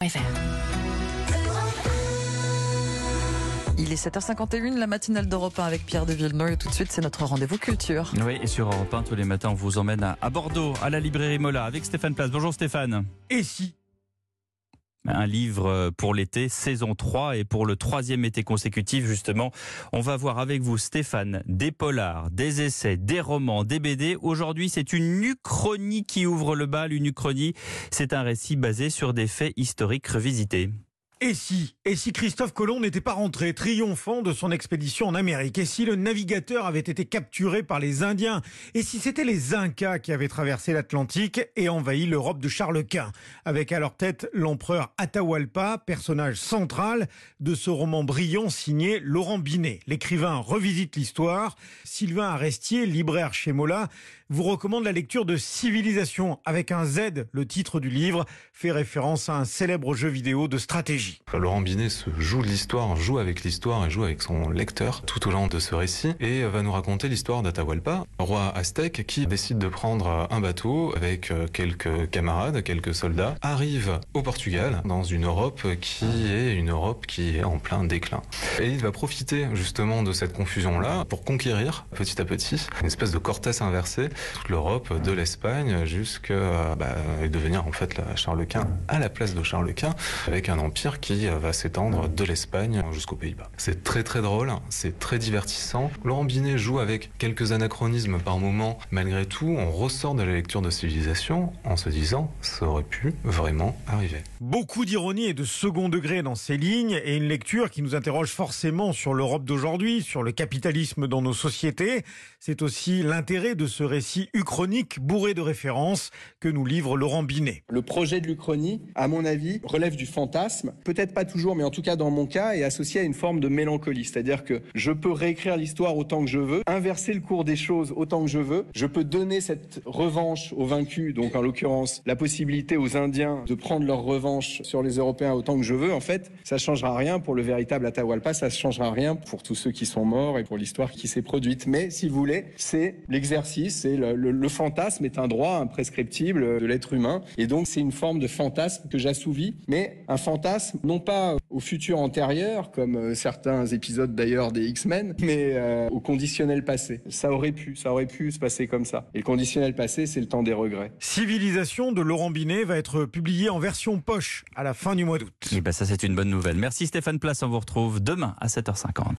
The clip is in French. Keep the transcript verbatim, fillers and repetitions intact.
Il est sept heures cinquante et une, la matinale d'Europe un avec Pierre de Villeneuve. Et tout de suite, c'est notre rendez-vous culture. Oui, et sur Europe un, tous les matins, on vous emmène à, à Bordeaux, à la librairie Mola, avec Stéphane Place. Bonjour Stéphane. Et si Un livre pour l'été, saison trois, et pour le troisième été consécutif, justement, on va voir avec vous, Stéphane, des polars, des essais, des romans, des B D. Aujourd'hui, c'est une uchronie qui ouvre le bal. Une uchronie, c'est un récit basé sur des faits historiques revisités. Et si Et si Christophe Colomb n'était pas rentré triomphant de son expédition en Amérique? Et si le navigateur avait été capturé par les Indiens? Et si c'était les Incas qui avaient traversé l'Atlantique et envahi l'Europe de Charles Quint, avec à leur tête l'empereur Atahualpa, personnage central de ce roman brillant signé Laurent Binet. L'écrivain revisite l'histoire. Sylvain Arestier, libraire chez Mola, vous recommande la lecture de Civilisation, avec un Z. Le titre du livre fait référence à un célèbre jeu vidéo de stratégie. Laurent Binet se joue de l'histoire, joue avec l'histoire et joue avec son lecteur tout au long de ce récit et va nous raconter l'histoire d'Atahualpa, roi aztèque qui décide de prendre un bateau avec quelques camarades, quelques soldats, arrive au Portugal, dans une Europe qui est une Europe qui est en plein déclin. Et il va profiter justement de cette confusion-là pour conquérir petit à petit une espèce de Cortés inversé, toute l'Europe de l'Espagne jusqu'à bah, devenir en fait la Charles Quint à la place de Charles Quint, avec un empire qui va s'étendre de l'Espagne jusqu'aux Pays-Bas. C'est très très drôle, c'est très divertissant. Laurent Binet joue avec quelques anachronismes par moment. Malgré tout, on ressort de la lecture de Civilisation en se disant ça aurait pu vraiment arriver. Beaucoup d'ironie et de second degré dans ces lignes et une lecture qui nous interroge forcément sur l'Europe d'aujourd'hui, sur le capitalisme dans nos sociétés. C'est aussi l'intérêt de ce récit uchronique bourré de références que nous livre Laurent Binet. Le projet de l'Uchronie, à mon avis, relève du fantasme. Peut-être pas toujours, mais en tout cas dans mon cas, est associé à une forme de mélancolie. C'est-à-dire que je peux réécrire l'histoire autant que je veux, inverser le cours des choses autant que je veux. Je peux donner cette revanche aux vaincus, donc en l'occurrence la possibilité aux Indiens de prendre leur revanche sur les Européens autant que je veux. En fait, ça ne changera rien pour le véritable Atahualpa, ça ne changera rien pour tous ceux qui sont morts et pour l'histoire qui s'est produite. Mais si vous voulez, c'est l'exercice, c'est le, le, le fantasme est un droit imprescriptible de l'être humain. Et donc c'est une forme de fantasme que j'assouvis, mais un fantasme non pas au futur antérieur, comme certains épisodes d'ailleurs des X-Men, mais euh, au conditionnel passé. Ça aurait pu, ça aurait pu se passer comme ça. Et le conditionnel passé, c'est le temps des regrets. Civilisation de Laurent Binet va être publié en version poche à la fin du mois d'août. Et ben ça, c'est une bonne nouvelle. Merci Stéphane Place, on vous retrouve demain à sept heures cinquante.